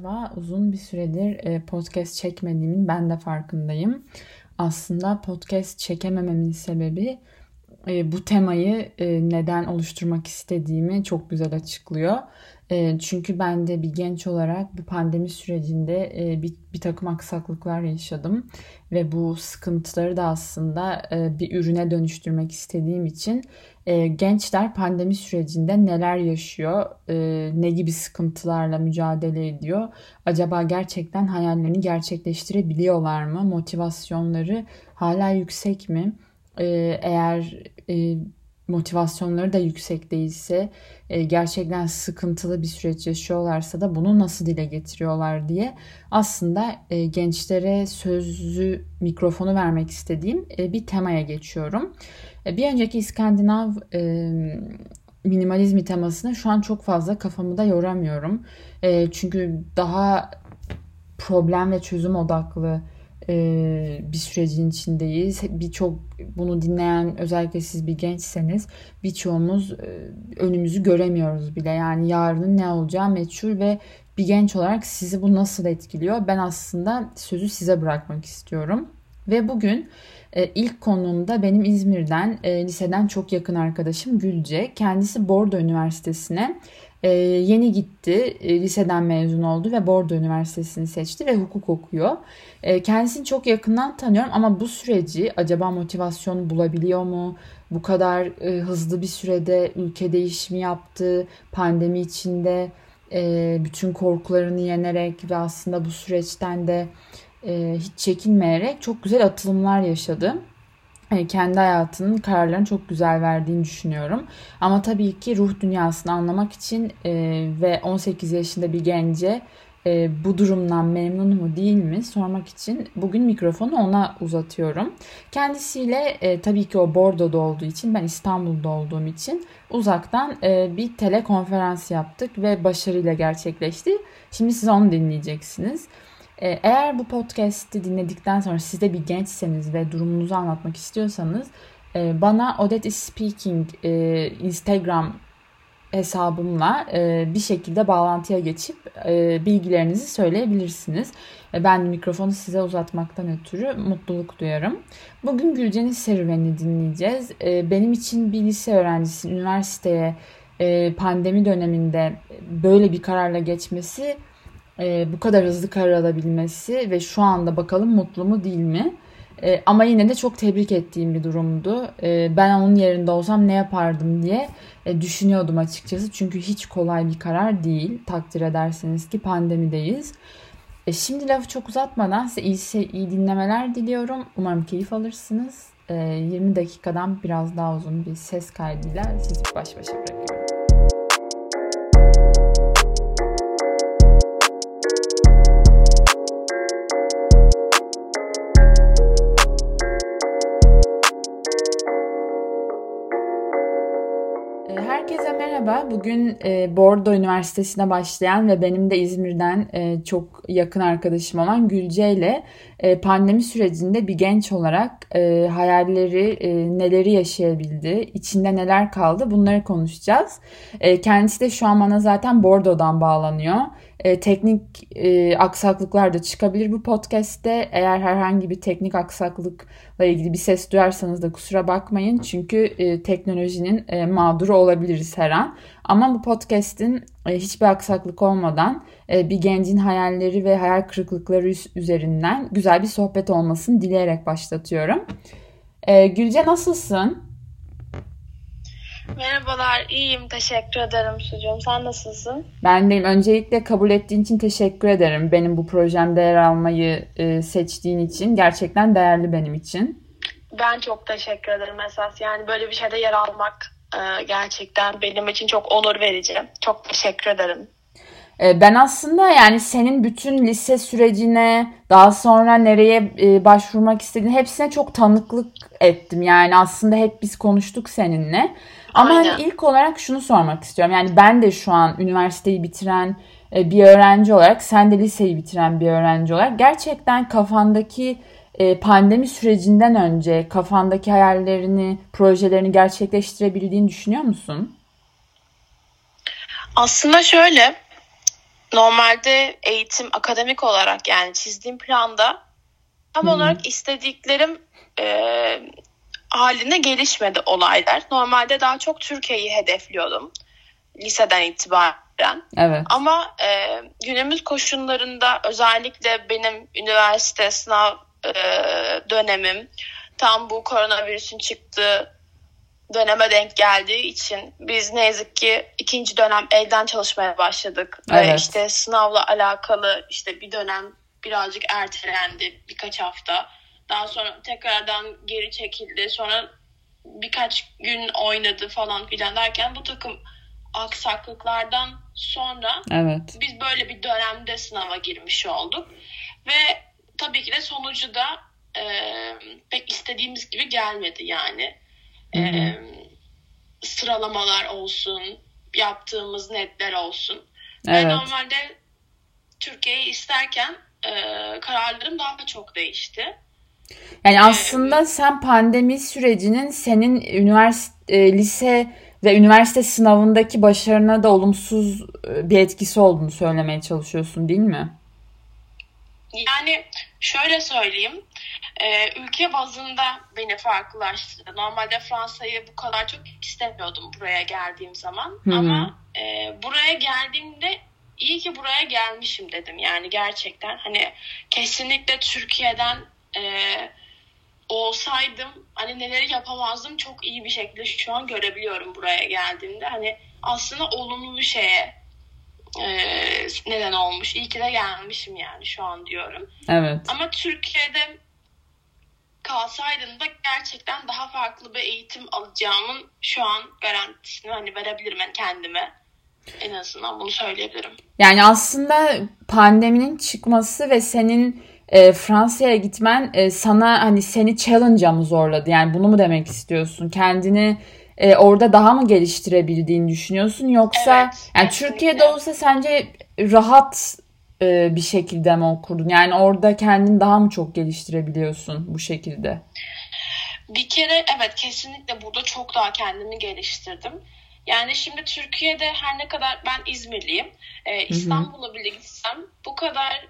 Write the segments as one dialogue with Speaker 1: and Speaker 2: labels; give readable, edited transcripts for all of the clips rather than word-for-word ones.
Speaker 1: merhaba. Uzun bir süredir podcast çekmediğimin ben de farkındayım. Aslında podcast çekemememin sebebi bu temayı neden oluşturmak istediğimi çok güzel açıklıyor. Çünkü ben de bir genç olarak bu pandemi sürecinde bir takım aksaklıklar yaşadım. Ve bu sıkıntıları da aslında bir ürüne dönüştürmek istediğim için gençler pandemi sürecinde neler yaşıyor, ne gibi sıkıntılarla mücadele ediyor? Acaba gerçekten hayallerini gerçekleştirebiliyorlar mı? Motivasyonları hala yüksek mi? Eğer motivasyonları da yüksek değilse, gerçekten sıkıntılı bir süreç yaşıyorlarsa da bunu nasıl dile getiriyorlar diye aslında gençlere sözlü mikrofonu vermek istediğim bir temaya geçiyorum. Bir önceki İskandinav minimalizmi temasını şu an çok fazla kafamı da yoramıyorum. Çünkü daha problem ve çözüm odaklı bir sürecin içindeyiz. Birçok bunu dinleyen, özellikle siz bir gençseniz, birçoğumuz önümüzü göremiyoruz bile. Yani yarının ne olacağı meçhul ve bir genç olarak sizi bu nasıl etkiliyor? Ben aslında sözü size bırakmak istiyorum. Ve bugün ilk konuğum da benim İzmir'den, liseden çok yakın arkadaşım Gülce. Kendisi Bordo Üniversitesi'ne yeni gitti, liseden mezun oldu ve Bordo Üniversitesi'ni seçti ve hukuk okuyor. Kendisini çok yakından tanıyorum ama bu süreci acaba motivasyonu bulabiliyor mu? Bu kadar hızlı bir sürede ülke değişimi yaptı, pandemi içinde bütün korkularını yenerek ve aslında bu süreçten de hiç çekinmeyerek çok güzel atılımlar yaşadı. Kendi hayatının kararlarını çok güzel verdiğini düşünüyorum. Ama tabii ki ruh dünyasını anlamak için ve 18 yaşında bir gence bu durumdan memnun mu değil mi sormak için bugün mikrofonu ona uzatıyorum. Kendisiyle tabii ki o Bordo'da olduğu için, ben İstanbul'da olduğum için uzaktan bir telekonferans yaptık ve başarıyla gerçekleşti. Şimdi siz onu dinleyeceksiniz. Eğer bu podcast'i dinledikten sonra siz de bir gençseniz ve durumunuzu anlatmak istiyorsanız bana Odette is Speaking Instagram hesabımla bir şekilde bağlantıya geçip bilgilerinizi söyleyebilirsiniz. Ben de mikrofonu size uzatmaktan ötürü mutluluk duyarım. Bugün Gülce'nin serüvenini dinleyeceğiz. Benim için bir lise öğrencisi üniversiteye pandemi döneminde böyle bir kararla geçmesi, bu kadar hızlı karar alabilmesi ve şu anda bakalım mutlu mu değil mi? Ama yine de çok tebrik ettiğim bir durumdu. Ben onun yerinde olsam ne yapardım diye düşünüyordum açıkçası. Çünkü hiç kolay bir karar değil. Takdir ederseniz ki pandemideyiz. Şimdi lafı çok uzatmadan size iyi dinlemeler diliyorum. Umarım keyif alırsınız. 20 dakikadan biraz daha uzun bir ses kaydıyla sizi baş başa bırakıyorum. Herkese merhaba. Bugün Bordo Üniversitesi'ne başlayan ve benim de İzmir'den çok yakın arkadaşım olan Gülce ile pandemi sürecinde bir genç olarak hayalleri, neleri yaşayabildi, içinde neler kaldı, bunları konuşacağız. Kendisi de şu an bana zaten Bordo'dan bağlanıyor. Teknik aksaklıklar da çıkabilir bu podcast'te. Eğer herhangi bir teknik aksaklıkla ilgili bir ses duyarsanız da kusura bakmayın. Çünkü teknolojinin mağduru olabiliriz her an. Ama bu podcast'in hiçbir aksaklık olmadan bir gencin hayalleri ve hayal kırıklıkları üzerinden güzel bir sohbet olmasını dileyerek başlatıyorum. Gülce, nasılsın?
Speaker 2: Merhabalar, iyiyim. Teşekkür ederim Sucuğum. Sen nasılsın?
Speaker 1: Ben deyim. Öncelikle kabul ettiğin için teşekkür ederim. Benim bu projemde yer almayı seçtiğin için. Gerçekten değerli benim için.
Speaker 2: Ben çok teşekkür ederim esas. Yani böyle bir şeyde yer almak gerçekten benim için çok onur verici. Çok teşekkür ederim.
Speaker 1: Ben aslında yani senin bütün lise sürecine, daha sonra nereye başvurmak istediğin hepsine çok tanıklık ettim. Yani aslında hep biz konuştuk seninle. Ama hani ilk olarak şunu sormak istiyorum. Yani ben de şu an üniversiteyi bitiren bir öğrenci olarak, sen de liseyi bitiren bir öğrenci olarak gerçekten kafandaki pandemi sürecinden önce kafandaki hayallerini, projelerini gerçekleştirebildiğini düşünüyor musun?
Speaker 2: Aslında şöyle, normalde eğitim akademik olarak yani çizdiğim planda tam olarak istediklerim haline gelişmedi olaylar. Normalde daha çok Türkiye'yi hedefliyordum liseden itibaren.
Speaker 1: Evet.
Speaker 2: Ama günümüz koşullarında özellikle benim üniversite sınav dönemim tam bu koronavirüsün çıktığı döneme denk geldiği için biz ne yazık ki ikinci dönem evden çalışmaya başladık.
Speaker 1: Evet.
Speaker 2: Ve işte sınavla alakalı işte bir dönem birazcık ertelendi birkaç hafta. Daha sonra tekrardan geri çekildi. Sonra birkaç gün oynadı falan filan derken bu takım aksaklıklardan sonra biz böyle bir dönemde sınava girmiş olduk. Ve tabii ki de sonucu da pek istediğimiz gibi gelmedi yani. Sıralamalar olsun, yaptığımız netler olsun. Ben normalde Türkiye'yi isterken kararlarım daha çok değişti.
Speaker 1: Yani aslında sen pandemi sürecinin senin lise ve üniversite sınavındaki başarına da olumsuz bir etkisi olduğunu söylemeye çalışıyorsun, değil mi?
Speaker 2: Yani şöyle söyleyeyim. Ülke bazında beni farklılaştırdı. Normalde Fransa'yı bu kadar çok istemiyordum buraya geldiğim zaman. Ama buraya geldiğimde iyi ki buraya gelmişim dedim. Yani gerçekten hani kesinlikle Türkiye'den olsaydım hani neleri yapamazdım çok iyi bir şekilde şu an görebiliyorum buraya geldiğimde. Hani aslında olumlu bir şeye neden olmuş. İyi ki de gelmişim yani şu an diyorum.
Speaker 1: Evet.
Speaker 2: Ama Türkiye'de kalsaydım da gerçekten daha farklı bir eğitim alacağımın şu an garantisini hani verebilirim yani kendime. En azından bunu söyleyebilirim.
Speaker 1: Yani aslında pandeminin çıkması ve senin Fransa'ya gitmen sana hani seni challenge'a mı zorladı? Yani bunu mu demek istiyorsun? Kendini orada daha mı geliştirebildiğini düşünüyorsun? Yoksa yani Türkiye'de olsa sence rahat bir şekilde mi okurdun? Yani orada kendini daha mı çok geliştirebiliyorsun bu şekilde?
Speaker 2: Bir kere evet kesinlikle burada çok daha kendimi geliştirdim. Yani şimdi Türkiye'de her ne kadar ben İzmirliyim, İstanbul'a bile gitsem bu kadar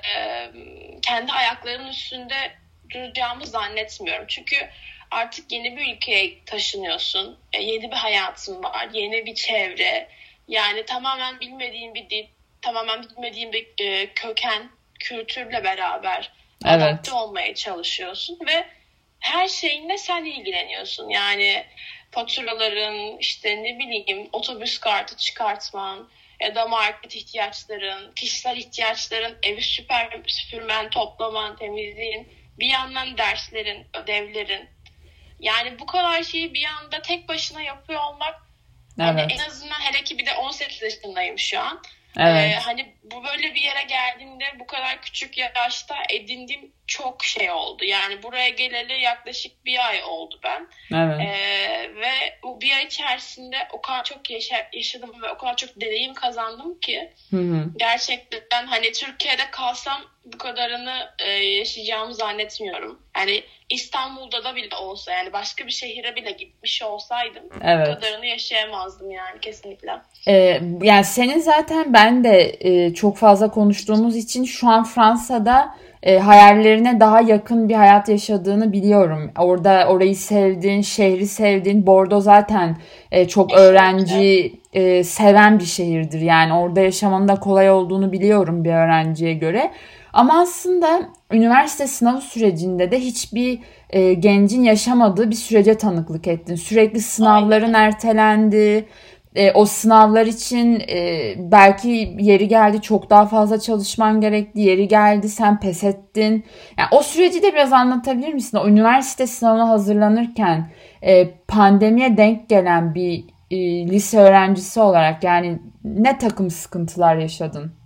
Speaker 2: kendi ayaklarının üstünde duracağımı zannetmiyorum. Çünkü artık yeni bir ülkeye taşınıyorsun, yeni bir hayatın var, yeni bir çevre. Yani tamamen bilmediğin bir dil, tamamen bilmediğin bir köken, kültürle beraber adapte olmaya çalışıyorsun ve her şeyinle sen ilgileniyorsun. Yani faturaların, işte ne bileyim otobüs kartı çıkartman ya da market ihtiyaçların, kişisel ihtiyaçların, evi süpürmen, toplaman, temizliğin, bir yandan derslerin, ödevlerin. Yani bu kadar şeyi bir anda tek başına yapıyor olmak hani en azından hele ki bir de 18 yaşındayım şu an. Hani bu böyle bir yere geldiğimde bu kadar küçük yaşta edindiğim çok şey oldu. Yani buraya geleli yaklaşık bir ay oldu ben. Ve bu bir ay içerisinde o kadar çok yaşadım ve o kadar çok deneyim kazandım ki gerçekten hani Türkiye'de kalsam bu kadarını yaşayacağımı zannetmiyorum. Yani İstanbul'da da bile olsa yani başka bir şehire bile gitmiş olsaydım bu kadarını yaşayamazdım yani kesinlikle.
Speaker 1: Yani senin zaten ben de çok fazla konuştuğumuz için şu an Fransa'da hayallerine daha yakın bir hayat yaşadığını biliyorum. Orayı sevdin, şehri sevdin. Bordeaux zaten çok öğrenci seven bir şehirdir. Yani orada yaşamanın da kolay olduğunu biliyorum bir öğrenciye göre. Ama aslında üniversite sınavı sürecinde de hiçbir gencin yaşamadığı bir sürece tanıklık ettin. Sürekli sınavların ertelendi. O sınavlar için belki yeri geldi çok daha fazla çalışman gerekti. Yeri geldi sen pes ettin. Yani o süreci de biraz anlatabilir misin? O üniversite sınavına hazırlanırken pandemiye denk gelen bir lise öğrencisi olarak yani ne takım sıkıntılar yaşadın?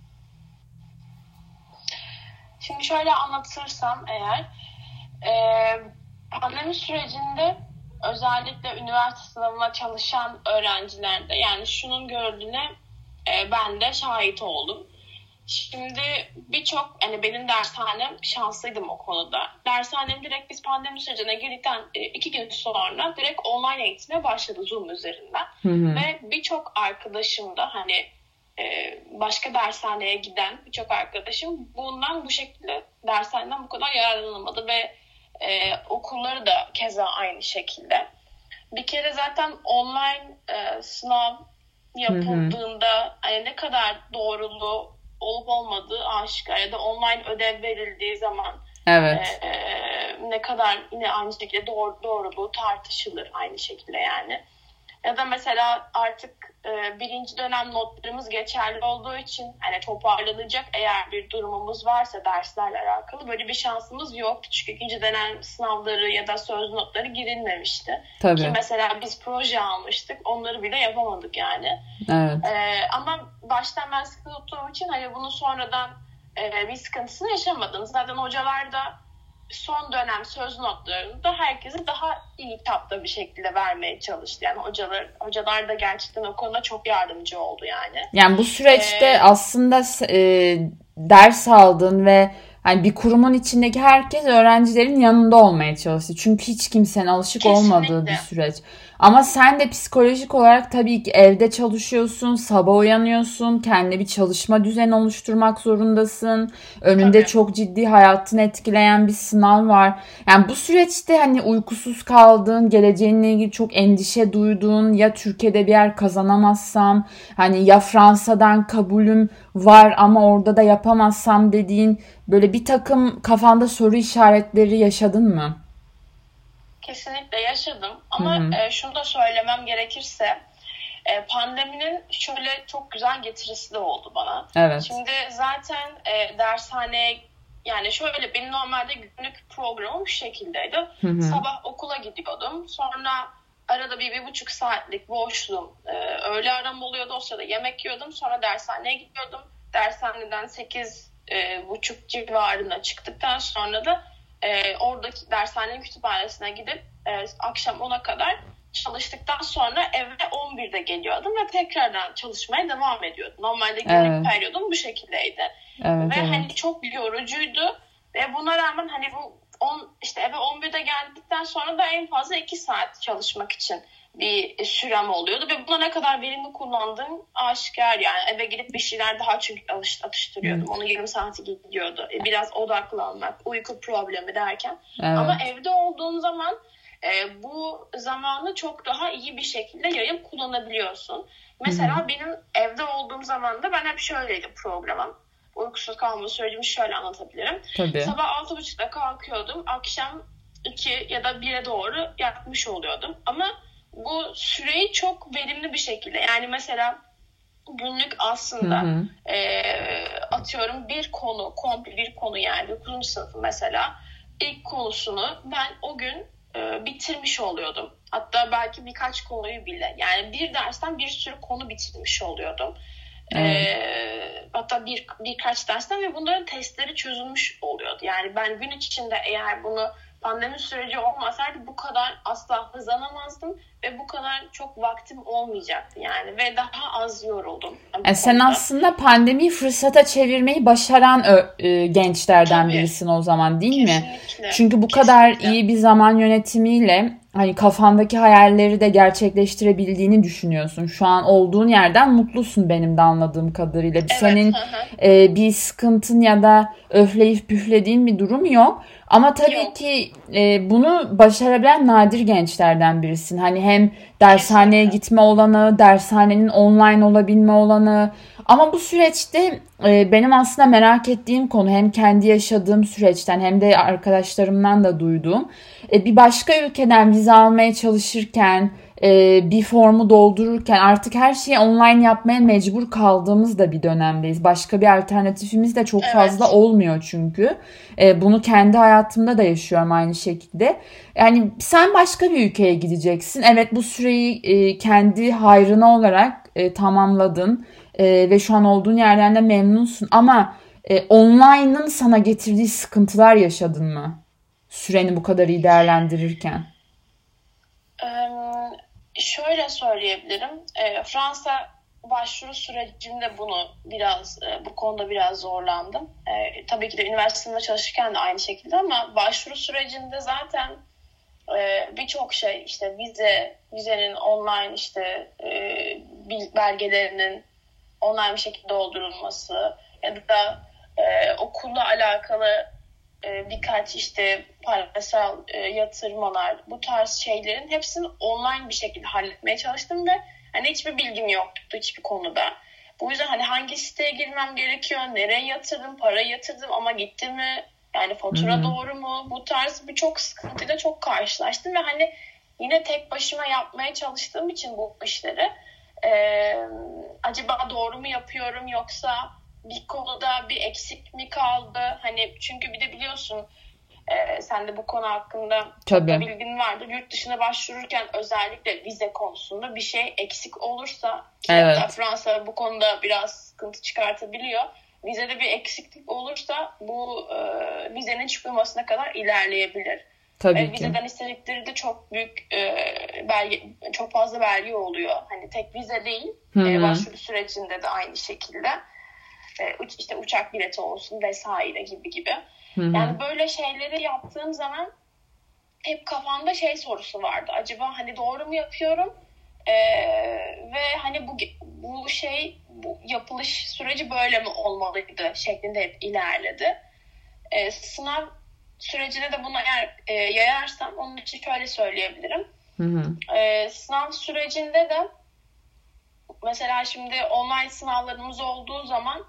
Speaker 2: Şimdi şöyle anlatırsam eğer pandemi sürecinde özellikle üniversite sınavına çalışan öğrencilerde yani şunun gördüğüne ben de şahit oldum. Şimdi birçok yani benim dershanem şanslıydım o konuda. Dershanem direkt biz pandemi sürecine girdikten 2 gün sonra direkt online eğitime başladı Zoom üzerinden. Ve birçok arkadaşım da hani başka dershaneye giden birçok arkadaşım bundan bu şekilde dershaneden bu kadar yararlanamadı ve okulları da keza aynı şekilde. Bir kere zaten online sınav yapıldığında hani ne kadar doğruluğu olup olmadığı aşikar, ya da online ödev verildiği zaman
Speaker 1: evet.
Speaker 2: Ne kadar yine aynı şekilde doğruluğu tartışılır aynı şekilde yani. Ya da mesela artık birinci dönem notlarımız geçerli olduğu için hani toparlanacak eğer bir durumumuz varsa derslerle alakalı böyle bir şansımız yoktu. Çünkü ikinci dönem sınavları ya da söz notları girilmemişti.
Speaker 1: Tabii.
Speaker 2: Ki mesela biz proje almıştık. Onları bile yapamadık yani.
Speaker 1: Evet.
Speaker 2: Ama baştan ben sıkı tuttuğum için hani bunu sonradan bir sıkıntısını yaşamadım. Zaten hocalar da son dönem söz notlarını da herkese daha iyi tapta bir şekilde vermeye çalıştı. Yani hocalar da gerçekten o konuda çok yardımcı oldu yani.
Speaker 1: Yani bu süreçte aslında ders aldın ve hani bir kurumun içindeki herkes öğrencilerin yanında olmaya çalıştı. Çünkü hiç kimsenin alışık olmadığı bir süreç. Ama sen de psikolojik olarak tabii ki evde çalışıyorsun, sabah uyanıyorsun, kendine bir çalışma düzeni oluşturmak zorundasın. Önünde tabii çok ciddi hayatını etkileyen bir sınav var. Yani bu süreçte hani uykusuz kaldığın, geleceğinle ilgili çok endişe duyduğun, ya Türkiye'de bir yer kazanamazsam, hani ya Fransa'dan kabulüm var ama orada da yapamazsam dediğin böyle bir takım kafanda soru işaretleri yaşadın mı?
Speaker 2: Kesinlikle yaşadım ama şunu da söylemem gerekirse pandeminin şöyle çok güzel getirisi de oldu bana.
Speaker 1: Evet.
Speaker 2: Şimdi zaten dershaneye yani şöyle benim normalde günlük programım şu şekildeydi. Sabah okula gidiyordum. Sonra arada bir buçuk saatlik boşluğum öğle aram oluyordu. O sırada yemek yiyordum. Sonra dershaneye gidiyordum. Dershaneden 8:30 civarında çıktıktan sonra da oradaki dershanenin kütüphanesine gidip akşam 10'a kadar çalıştıktan sonra eve 11'de geliyordum ve tekrardan çalışmaya devam ediyordum. Normalde günlük periyodum bu şekildeydi.
Speaker 1: Evet,
Speaker 2: ve hani çok yorucuydu ve buna rağmen hani bu işte eve 11'de geldikten sonra da en fazla 2 saat çalışmak için bir sürem oluyordu ve buna ne kadar verimli kullandığım aşikar yani. Eve gidip bir şeyler daha çünkü atıştırıyordum. Onun yarım saati gidiyordu. Biraz odaklanmak, uyku problemi derken. Evet. Ama evde olduğum zaman bu zamanı çok daha iyi bir şekilde yayıp kullanabiliyorsun. Mesela benim evde olduğum zaman da ben hep şöyleydi programım. Uykusuz kalma sürecimi şöyle anlatabilirim.
Speaker 1: Tabii.
Speaker 2: Sabah 6.30'da kalkıyordum. Akşam 2 ya da 1'e doğru yatmış oluyordum. Ama bu süreyi çok verimli bir şekilde yani mesela günlük aslında atıyorum komple bir konu yani 9. sınıfı mesela ilk konusunu ben o gün bitirmiş oluyordum. Hatta belki birkaç konuyu bile yani bir dersten bir sürü konu bitirmiş oluyordum. Hatta birkaç dersten ve bunların testleri çözülmüş oluyordu. Yani ben gün içinde eğer bunu pandemi süreci olmasaydı bu kadar asla hızlanamazdım ve bu kadar çok vaktim olmayacaktı yani ve daha az yoruldum.
Speaker 1: Sen aslında pandemiyi fırsata çevirmeyi başaran gençlerden birisin o zaman değil mi? Çünkü bu kadar iyi bir zaman yönetimiyle hani kafandaki hayalleri de gerçekleştirebildiğini düşünüyorsun. Şu an olduğun yerden mutlusun benim de anladığım kadarıyla. Senin bir sıkıntın ya da öfleyip püflediğin bir durum yok. Ama tabii ki bunu başarabilen nadir gençlerden birisin. Hani hem dershaneye gitme olanı, dershanenin online olabilme olanı. Ama bu süreçte benim aslında merak ettiğim konu hem kendi yaşadığım süreçten hem de arkadaşlarımdan da duyduğum. Bir başka ülkeden vize almaya çalışırken, bir formu doldururken artık her şeyi online yapmaya mecbur kaldığımız da bir dönemdeyiz. Başka bir alternatifimiz de çok fazla olmuyor çünkü. Bunu kendi hayatımda da yaşıyorum aynı şekilde. Yani sen başka bir ülkeye gideceksin. Evet bu süreyi kendi hayrına olarak tamamladın ve şu an olduğun yerden de memnunsun. Ama online'ın sana getirdiği sıkıntılar yaşadın mı? Süreni bu kadar iyi değerlendirirken.
Speaker 2: Şöyle söyleyebilirim. Fransa başvuru sürecinde bu konuda biraz zorlandım. Tabii ki de üniversitede çalışırken de aynı şekilde ama başvuru sürecinde zaten birçok şey işte vizenin online işte belgelerinin online bir şekilde doldurulması ya da okulla alakalı birkaç işte parasal yatırmalar, bu tarz şeylerin hepsini online bir şekilde halletmeye çalıştım ve hani hiçbir bilgim yoktu hiçbir konuda. Bu yüzden hani hangi siteye girmem gerekiyor, nereye yatırdım, para yatırdım ama gitti mi, yani fatura doğru mu, bu tarz birçok sıkıntıyla çok karşılaştım ve hani yine tek başıma yapmaya çalıştığım için bu işleri acaba doğru mu yapıyorum yoksa bir konuda bir eksik mi kaldı? Hani çünkü bir de biliyorsun sen de bu konu hakkında çok da bilgin vardır. Yurt dışına başvururken özellikle vize konusunda bir şey eksik olursa ki Fransa bu konuda biraz sıkıntı çıkartabiliyor. Vizede bir eksiklik olursa bu vizenin çıkmamasına kadar ilerleyebilir.
Speaker 1: Tabii ki.
Speaker 2: Vizeden istedikleri de çok büyük çok fazla belge oluyor. Hani tek vize değil, başvuru sürecinde de aynı şekilde. İşte uçak bileti olsun vesaire gibi. Yani böyle şeyleri yaptığım zaman hep kafamda şey sorusu vardı. Acaba hani doğru mu yapıyorum? Ve hani bu yapılış süreci böyle mi olmalıydı şeklinde hep ilerledi. Sınav sürecine de bunu eğer yayarsam onun için şöyle söyleyebilirim. Sınav sürecinde de mesela şimdi online sınavlarımız olduğu zaman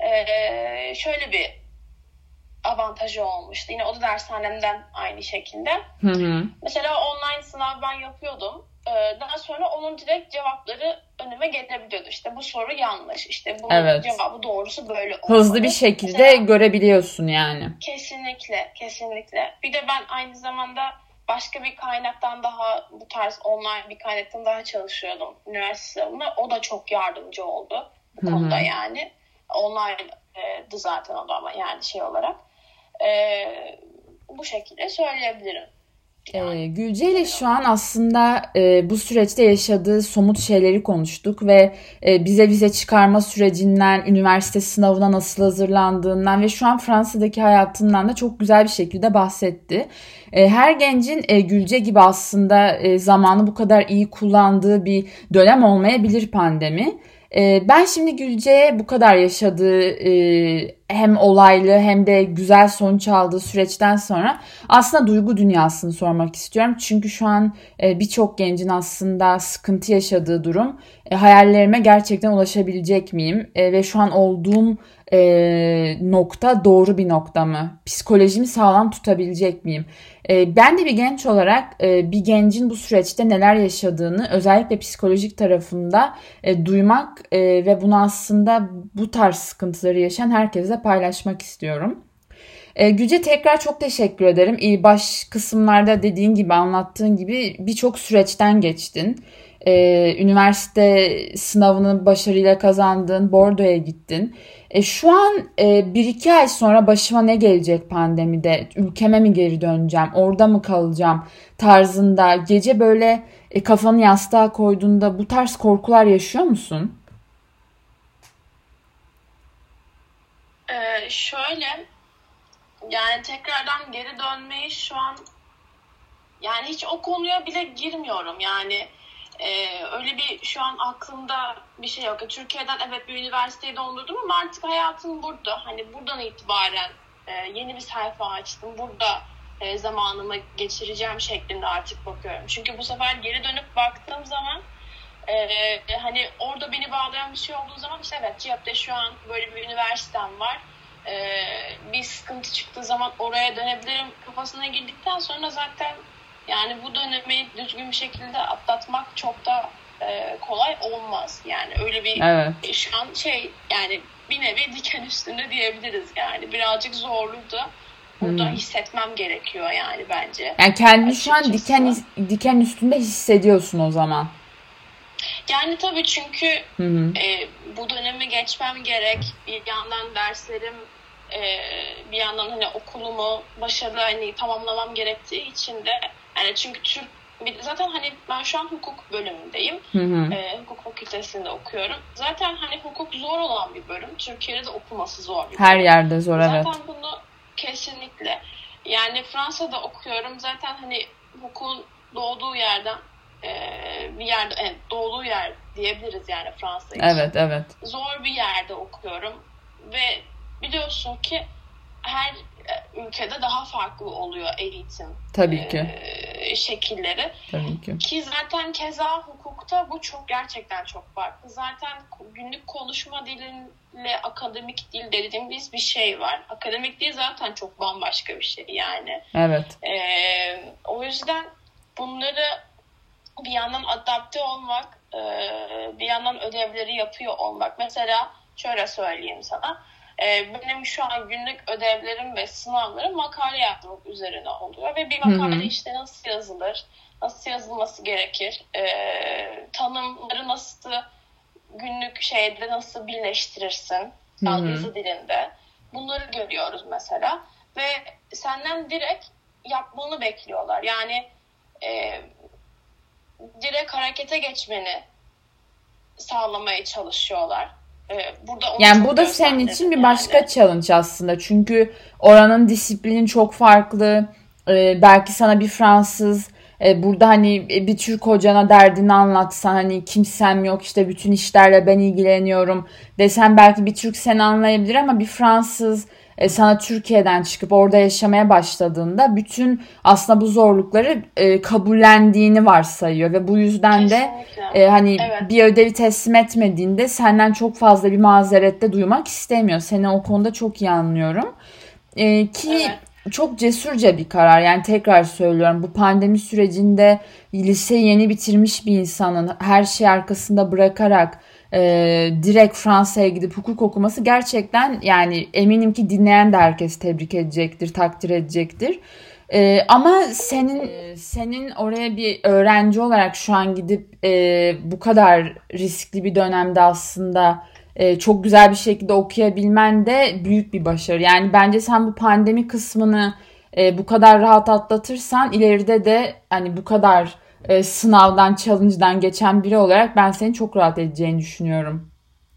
Speaker 2: şöyle bir avantajı olmuştu. Yine o da dershanemden aynı şekilde. Mesela online sınav ben yapıyordum. Daha sonra onun direkt cevapları önüme gelebiliyordu. İşte bu soru yanlış. İşte bunun cevabı doğrusu böyle olmalı.
Speaker 1: Hızlı bir şekilde mesela, görebiliyorsun yani.
Speaker 2: Kesinlikle. Bir de ben aynı zamanda başka bir kaynaktan daha bu tarz online bir kaynaktan daha çalışıyordum üniversite sınavında. O da çok yardımcı oldu bu konuda yani. Online'dı zaten o da ama yani şey olarak. Bu şekilde söyleyebilirim.
Speaker 1: Yani, Gülce ile şu an aslında bu süreçte yaşadığı somut şeyleri konuştuk ve bize vize çıkarma sürecinden, üniversite sınavına nasıl hazırlandığından ve şu an Fransa'daki hayatından da çok güzel bir şekilde bahsetti. Her gencin Gülce gibi aslında zamanı bu kadar iyi kullandığı bir dönem olmayabilir pandemi. Ben şimdi Gülce'ye bu kadar yaşadığı hem olaylı hem de güzel sonuç aldığı süreçten sonra aslında duygu dünyasını sormak istiyorum. Çünkü şu an birçok gencin aslında sıkıntı yaşadığı durum. Hayallerime gerçekten ulaşabilecek miyim? Ve şu an olduğum nokta doğru bir nokta mı? Psikolojimi sağlam tutabilecek miyim? Ben de bir genç olarak bir gencin bu süreçte neler yaşadığını özellikle psikolojik tarafında duymak ve bunu aslında bu tarz sıkıntıları yaşayan herkese paylaşmak istiyorum. Gülce tekrar çok teşekkür ederim. Baş kısımlarda dediğin gibi anlattığın gibi birçok süreçten geçtin. Üniversite sınavını başarıyla kazandın, Bordeaux'a gittin. Şu an 1-2 ay sonra başıma ne gelecek pandemide? Ülkeme mi geri döneceğim? Orada mı kalacağım? Tarzında gece böyle kafanı yastığa koyduğunda bu tarz korkular yaşıyor musun?
Speaker 2: Şöyle yani tekrardan geri dönmeyi şu an yani hiç o konuya bile girmiyorum yani. Öyle bir şu an aklımda bir şey yok. Türkiye'den evet bir üniversiteyi dondurdum ama artık hayatım burada. Hani buradan itibaren yeni bir sayfa açtım. Burada zamanımı geçireceğim şeklinde artık bakıyorum. Çünkü bu sefer geri dönüp baktığım zaman hani orada beni bağlayan bir şey olduğu zaman işte evet Cihat'ta şu an böyle bir üniversitem var. Bir sıkıntı çıktığı zaman oraya dönebilirim kafasına girdikten sonra zaten yani bu dönemi düzgün bir şekilde atlatmak çok da kolay olmaz. Yani öyle bir şu an yani bir nevi diken üstünde diyebiliriz yani. Birazcık zorluydu. Burada hissetmem gerekiyor yani bence.
Speaker 1: Yani kendini şu an diken üstünde hissediyorsun o zaman.
Speaker 2: Yani tabii çünkü bu dönemi geçmem gerek. Bir yandan derslerim bir yandan hani okulumu başarılı hani tamamlamam gerektiği için de yani çünkü zaten hani ben şu an hukuk bölümündeyim. Hukuk fakültesinde okuyorum. Zaten hani hukuk zor olan bir bölüm. Türkiye'de de okuması zor bir bölüm.
Speaker 1: Her yerde zor evet.
Speaker 2: Zaten bunu kesinlikle yani Fransa'da okuyorum. Zaten hani hukukun doğduğu yerden bir yerde, doğduğu yer diyebiliriz yani Fransa için.
Speaker 1: Evet, evet.
Speaker 2: Zor bir yerde okuyorum ve biliyorsun ki her ülkede daha farklı oluyor eğitim
Speaker 1: Tabii ki.
Speaker 2: Şekilleri.
Speaker 1: Tabii ki.
Speaker 2: Ki zaten keza hukukta bu gerçekten çok farklı. Zaten günlük konuşma diliyle akademik dil dediğimiz bir şey var. Akademik dil zaten çok bambaşka bir şey yani.
Speaker 1: Evet.
Speaker 2: O yüzden bunları bir yandan adapte olmak, bir yandan ödevleri yapıyor olmak. Mesela şöyle söyleyeyim sana. Benim şu an günlük ödevlerim ve sınavlarım makale yazmak üzerine oluyor. Ve bir makale işte nasıl yazılır, nasıl yazılması gerekir, tanımları nasıl günlük şeyde nasıl birleştirirsin, yazı dilinde. Bunları görüyoruz mesela. Ve senden direkt yapmanı bekliyorlar. Yani direkt harekete geçmeni sağlamaya çalışıyorlar.
Speaker 1: Yani bu da senin için bir başka challenge aslında. Çünkü oranın disiplini çok farklı. Belki sana bir Fransız burada hani bir Türk hocana derdini anlatsan, hani kimsem yok işte bütün işlerle ben ilgileniyorum desen, belki bir Türk seni anlayabilir ama bir Fransız sana Türkiye'den çıkıp orada yaşamaya başladığında bütün aslında bu zorlukları kabullendiğini varsayıyor ve bu yüzden de hani bir ödevi teslim etmediğinde senden çok fazla bir mazerette duymak istemiyor. Seni o konuda çok iyi anlıyorum. Ki çok cesurca bir karar. Yani tekrar söylüyorum, bu pandemi sürecinde liseyi yeni bitirmiş bir insanın her şeyi arkasında bırakarak direkt Fransa'ya gidip hukuk okuması gerçekten, yani eminim ki dinleyen de herkes tebrik edecektir, takdir edecektir. Ama senin oraya bir öğrenci olarak şu an gidip bu kadar riskli bir dönemde aslında çok güzel bir şekilde okuyabilmen de büyük bir başarı. Yani bence sen bu pandemi kısmını bu kadar rahat atlatırsan ileride de hani bu kadar sınavdan, challenge'dan geçen biri olarak ben seni çok rahat edeceğini düşünüyorum.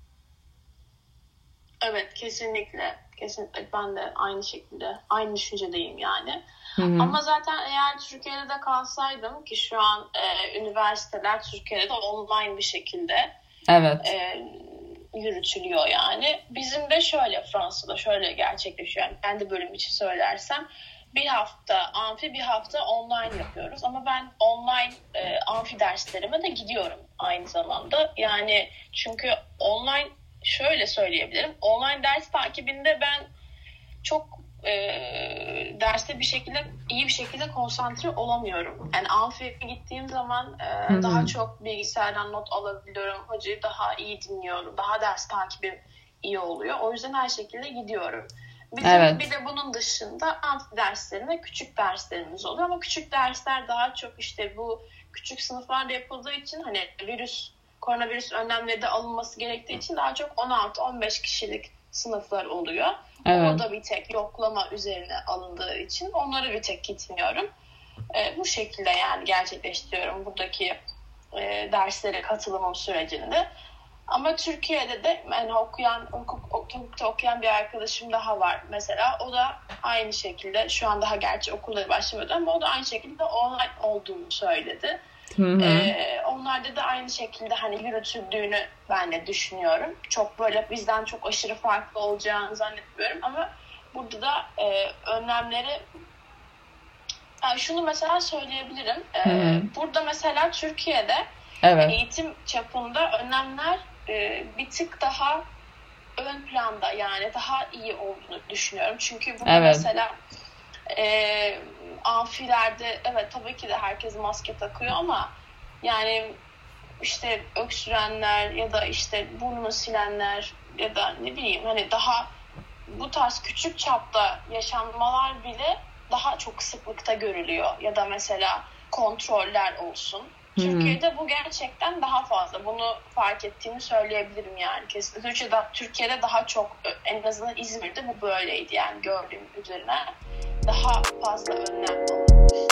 Speaker 2: Evet, kesinlikle. Kesinlikle ben de aynı şekilde, aynı düşüncedeyim yani.
Speaker 1: Hı-hı.
Speaker 2: Ama zaten eğer Türkiye'de de kalsaydım, ki şu an üniversiteler Türkiye'de de online bir şekilde yürütülüyor yani. Bizim de şöyle, Fransa'da şöyle gerçekleşiyor. Yani kendi bölüm için söylersem bir hafta amfi, bir hafta online yapıyoruz. Ama ben online amfi derslerime de gidiyorum aynı zamanda. Yani çünkü online, şöyle söyleyebilirim, online ders takibinde ben çok derste iyi bir şekilde konsantre olamıyorum. Yani amfiye gittiğim zaman daha çok bilgisayardan not alabiliyorum. Hocayı daha iyi dinliyorum. Daha ders takibim iyi oluyor. O yüzden her şekilde gidiyorum. Bizim bir de bunun dışında amfi derslerinde küçük derslerimiz oluyor. Ama küçük dersler daha çok işte bu küçük sınıflarda yapıldığı için, hani koronavirüs önlemleri de alınması gerektiği için daha çok 16-15 kişilik sınıflar oluyor. O da bir tek yoklama üzerine alındığı için onları bir tek gitmiyorum. Bu şekilde yani gerçekleştiriyorum buradaki derslere katılımım sürecinde. Ama Türkiye'de de yani hukukta okuyan bir arkadaşım daha var mesela. O da aynı şekilde, şu an daha gerçi okulları başlamadı ama o da aynı şekilde online olduğunu söyledi. Onlarda da aynı şekilde hani yürütüldüğünü ben de düşünüyorum. Çok böyle bizden çok aşırı farklı olacağını zannetmiyorum ama burada da önlemleri, yani şunu mesela söyleyebilirim. Burada mesela Türkiye'de eğitim çapında önlemler bir tık daha ön planda, yani daha iyi olduğunu düşünüyorum. Çünkü burada mesela amfilerde tabii ki de herkes maske takıyor ama yani işte öksürenler ya da işte burnunu silenler ya da ne bileyim hani daha bu tarz küçük çapta yaşanmalar bile daha çok sıklıkta görülüyor. Ya da mesela kontroller olsun. Türkiye'de bu gerçekten daha fazla. Bunu fark ettiğimi söyleyebilirim yani. Kesinlikle Türkiye'de daha çok, en azından İzmir'de bu böyleydi yani, gördüğüm üzerine daha fazla önlem alınmış.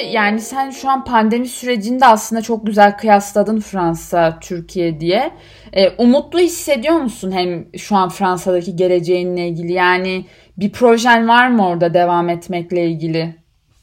Speaker 1: yani sen şu an pandemi sürecinde aslında çok güzel kıyasladın Fransa, Türkiye diye. Umutlu hissediyor musun hem şu an Fransa'daki geleceğinle ilgili? Yani bir projen var mı orada devam etmekle ilgili?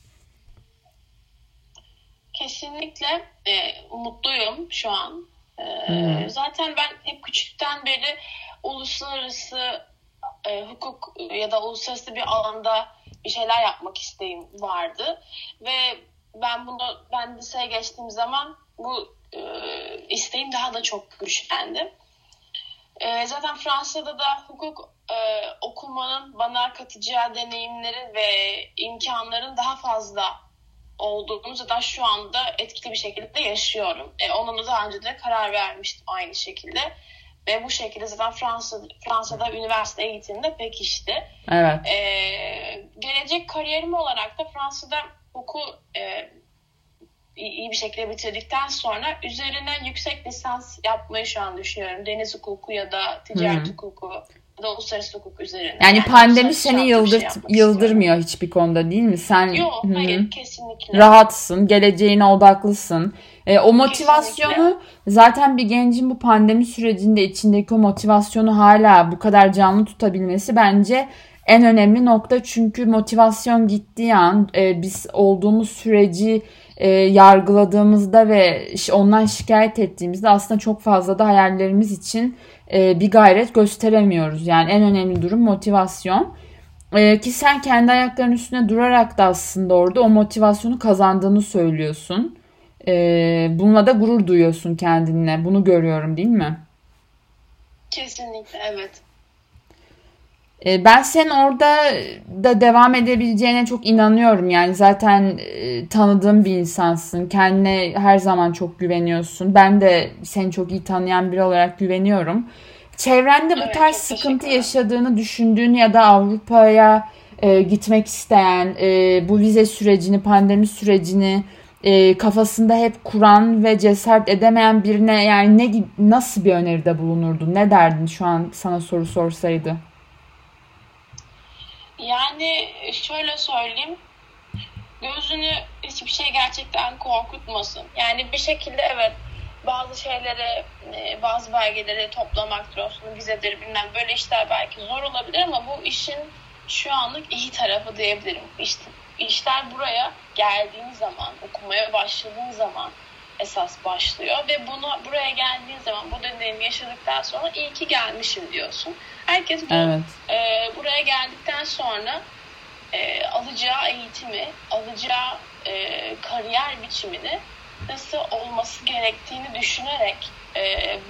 Speaker 2: Kesinlikle umutluyum şu an.
Speaker 1: Hı
Speaker 2: Zaten ben hep küçükten beri uluslararası hukuk ya da uluslararası bir alanda bir şeyler yapmak isteğim vardı. Ve ben liseye geçtiğim zaman bu isteğim daha da çok güçlendi. Zaten Fransa'da da hukuk okumanın bana katacağı deneyimlerin ve imkanların daha fazla olduğunu zaten şu anda etkili bir şekilde yaşıyorum. Ona da daha önce de karar vermiştim aynı şekilde. Ve bu şekilde zaten Fransa'da üniversite eğitiminde pekişti.
Speaker 1: Evet.
Speaker 2: Gelecek kariyerim olarak da Fransa'da hukuku iyi bir şekilde bitirdikten sonra üzerine yüksek lisans yapmayı şu an düşünüyorum. Deniz hukuku ya da ticaret hukuku ya da uluslararası hukuk üzerine.
Speaker 1: Yani pandemi seni yıldırmıyor
Speaker 2: istiyorum.
Speaker 1: hiçbir konuda değil mi? Sen
Speaker 2: Yok, hayır, kesinlikle.
Speaker 1: rahatsın, geleceğine odaklısın. O motivasyonu
Speaker 2: Kesinlikle.
Speaker 1: zaten bir gencin bu pandemi sürecinde içindeki o motivasyonu hala bu kadar canlı tutabilmesi bence en önemli nokta. Çünkü motivasyon gittiği an biz olduğumuz süreci yargıladığımızda ve ondan şikayet ettiğimizde aslında çok fazla da hayallerimiz için bir gayret gösteremiyoruz. Yani en önemli durum motivasyon. Ki sen kendi ayaklarının üstüne durarak da aslında orada o motivasyonu kazandığını söylüyorsun. Bununla da gurur duyuyorsun kendinle. Bunu görüyorum değil mi?
Speaker 2: Kesinlikle, evet.
Speaker 1: Ben senin orada da devam edebileceğine çok inanıyorum. Yani zaten tanıdığım bir insansın. Kendine her zaman çok güveniyorsun. Ben de seni çok iyi tanıyan biri olarak güveniyorum. Çevrende bu
Speaker 2: Evet,
Speaker 1: tarz
Speaker 2: çok
Speaker 1: sıkıntı
Speaker 2: teşekkür ederim.
Speaker 1: yaşadığını düşündüğün ya da Avrupa'ya gitmek isteyen, bu vize sürecini, pandemi sürecini kafasında hep kuran ve cesaret edemeyen birine yani nasıl bir öneride bulunurdun? Ne derdin şu an sana soru sorsaydı?
Speaker 2: Yani şöyle söyleyeyim, gözünü hiçbir şey gerçekten korkutmasın. Yani bir şekilde evet, bazı şeyleri, bazı belgeleri toplamaktır olsun, vizedir bilmem, böyle işler belki zor olabilir ama bu işin şu anlık iyi tarafı diyebilirim. İşte, işler buraya geldiğin zaman, okumaya başladığın zaman esas başlıyor ve buraya geldiğin zaman, bu deneyimi yaşadıktan sonra iyi ki gelmişim diyorsun. Herkes
Speaker 1: Evet.
Speaker 2: buraya geldikten sonra alacağı eğitimi, alacağı kariyer biçimini nasıl olması gerektiğini düşünerek bu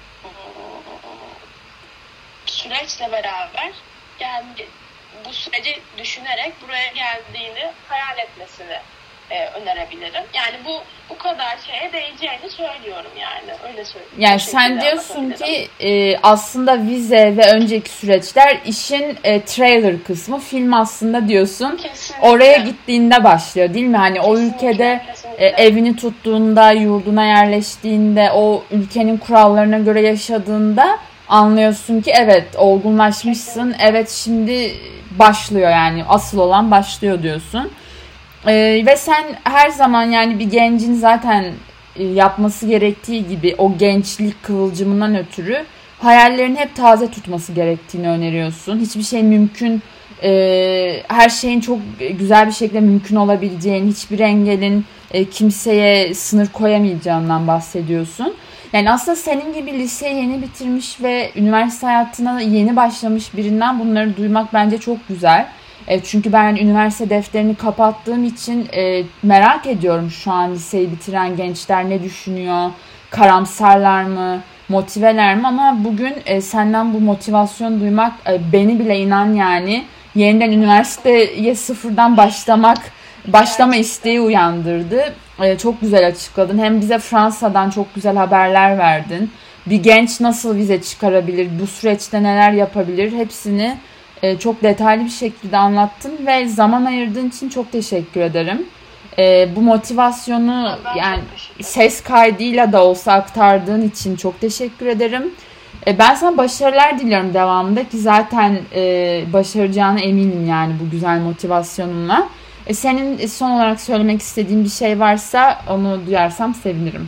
Speaker 2: süreçle beraber, yani bu süreci düşünerek buraya geldiğini hayal etmesini önerebilirim. Yani bu kadar şeye değeceğini söylüyorum, yani öyle söyleyeyim.
Speaker 1: Yani
Speaker 2: Bu
Speaker 1: sen
Speaker 2: şekilde
Speaker 1: diyorsun
Speaker 2: anlatabilirim.
Speaker 1: ki aslında vize ve önceki süreçler işin trailer kısmı, film aslında diyorsun. Oraya
Speaker 2: Kesinlikle.
Speaker 1: gittiğinde başlıyor değil mi? Hani o ülkede
Speaker 2: Kesinlikle. Kesinlikle.
Speaker 1: evini tuttuğunda, yurduna yerleştiğinde, o ülkenin kurallarına göre yaşadığında anlıyorsun ki evet olgunlaşmışsın.
Speaker 2: Kesinlikle.
Speaker 1: Evet şimdi başlıyor yani asıl olan başlıyor diyorsun. Ve sen her zaman yani bir gencin zaten yapması gerektiği gibi o gençlik kıvılcımından ötürü hayallerini hep taze tutması gerektiğini öneriyorsun. Hiçbir şey mümkün, her şeyin çok güzel bir şekilde mümkün olabileceğini, hiçbir engelin kimseye sınır koyamayacağından bahsediyorsun. Yani aslında senin gibi liseyi yeni bitirmiş ve üniversite hayatına yeni başlamış birinden bunları duymak bence çok güzel. Çünkü ben üniversite defterini kapattığım için merak ediyorum şu an liseyi bitiren gençler ne düşünüyor, karamsarlar mı, motiveler mi? Ama bugün senden bu motivasyon duymak beni bile inan yani yeniden üniversiteye sıfırdan başlama
Speaker 2: Gerçekten.
Speaker 1: isteği uyandırdı. Çok güzel açıkladın. Hem bize Fransa'dan çok güzel haberler verdin. Bir genç nasıl vize çıkarabilir, bu süreçte neler yapabilir hepsini çok detaylı bir şekilde anlattın ve zaman ayırdığın için çok teşekkür ederim. Bu motivasyonu
Speaker 2: Ben
Speaker 1: yani
Speaker 2: çok teşekkür ederim.
Speaker 1: ses kaydıyla da olsa aktardığın için çok teşekkür ederim. Ben sana başarılar diliyorum devamında ki zaten başaracağına eminim yani bu güzel motivasyonunla. Senin son olarak söylemek istediğin bir şey varsa onu duyarsam sevinirim.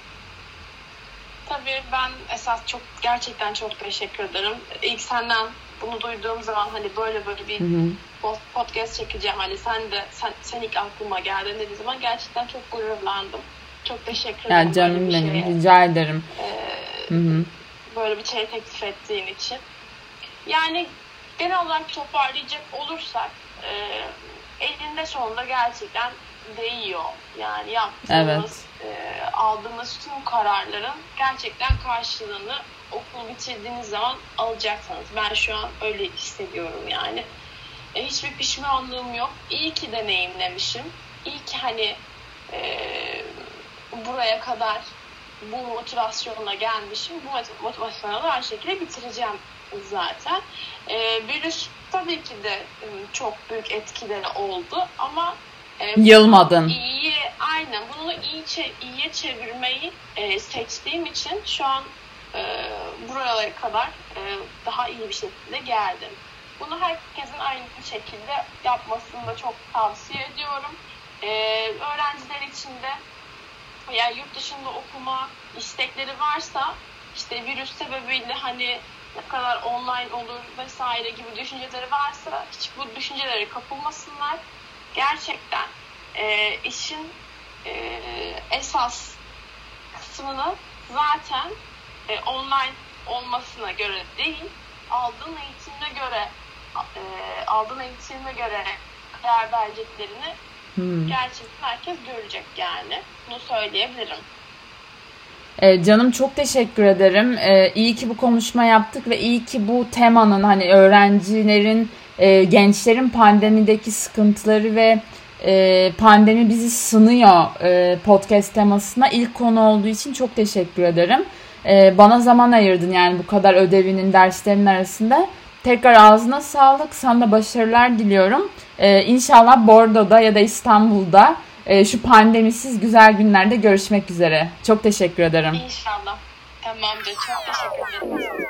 Speaker 2: Tabii ben esas gerçekten çok teşekkür ederim. İlk senden bunu duyduğum zaman hani böyle bir podcast çekeceğim. Hani sen ilk aklıma geldin dediği zaman gerçekten çok gururlandım. Çok teşekkür ederim.
Speaker 1: Ya canım benim, rica ederim.
Speaker 2: Böyle bir şey teklif ettiğin için. Yani genel olarak toparlayacak olursak elinde sonunda gerçekten değiyor. Yani yaptığımız, aldığımız tüm kararların gerçekten karşılığını okul bitirdiğiniz zaman alacaksınız. Ben şu an öyle hissediyorum yani. Hiçbir pişmanlığım yok. İyi ki deneyimlemişim. İyi ki hani buraya kadar bu motivasyonla gelmişim. Bu motivasyonla da aynı şekilde bitireceğim zaten. Virüs tabii ki de çok büyük etkileri oldu ama
Speaker 1: yılmadın.
Speaker 2: Aynen. Bunu iyiye çevirmeyi seçtiğim için şu an buralara kadar daha iyi bir şekilde geldim. Bunu herkesin aynı şekilde yapmasını da çok tavsiye ediyorum. Öğrenciler için de eğer yurt dışında okuma istekleri varsa işte virüs sebebiyle hani ne kadar online olur vesaire gibi düşünceleri varsa hiç bu düşüncelere kapılmasınlar. Gerçekten işin esas kısmını zaten online olmasına göre değil, aldığın eğitime göre karar vereceklerini gerçekten herkes görecek yani. Bunu söyleyebilirim.
Speaker 1: Canım çok teşekkür ederim. İyi ki bu konuşma yaptık ve iyi ki bu temanın hani öğrencilerin, gençlerin pandemideki sıkıntıları ve pandemi bizi sınıyor podcast temasına ilk konu olduğu için çok teşekkür ederim. Bana zaman ayırdın yani bu kadar ödevinin, derslerin arasında. Tekrar ağzına sağlık. Sana da başarılar diliyorum. İnşallah Bordo'da ya da İstanbul'da şu pandemisiz güzel günlerde görüşmek üzere. Çok teşekkür ederim.
Speaker 2: İnşallah. Tamamdır. Çok teşekkür ederim.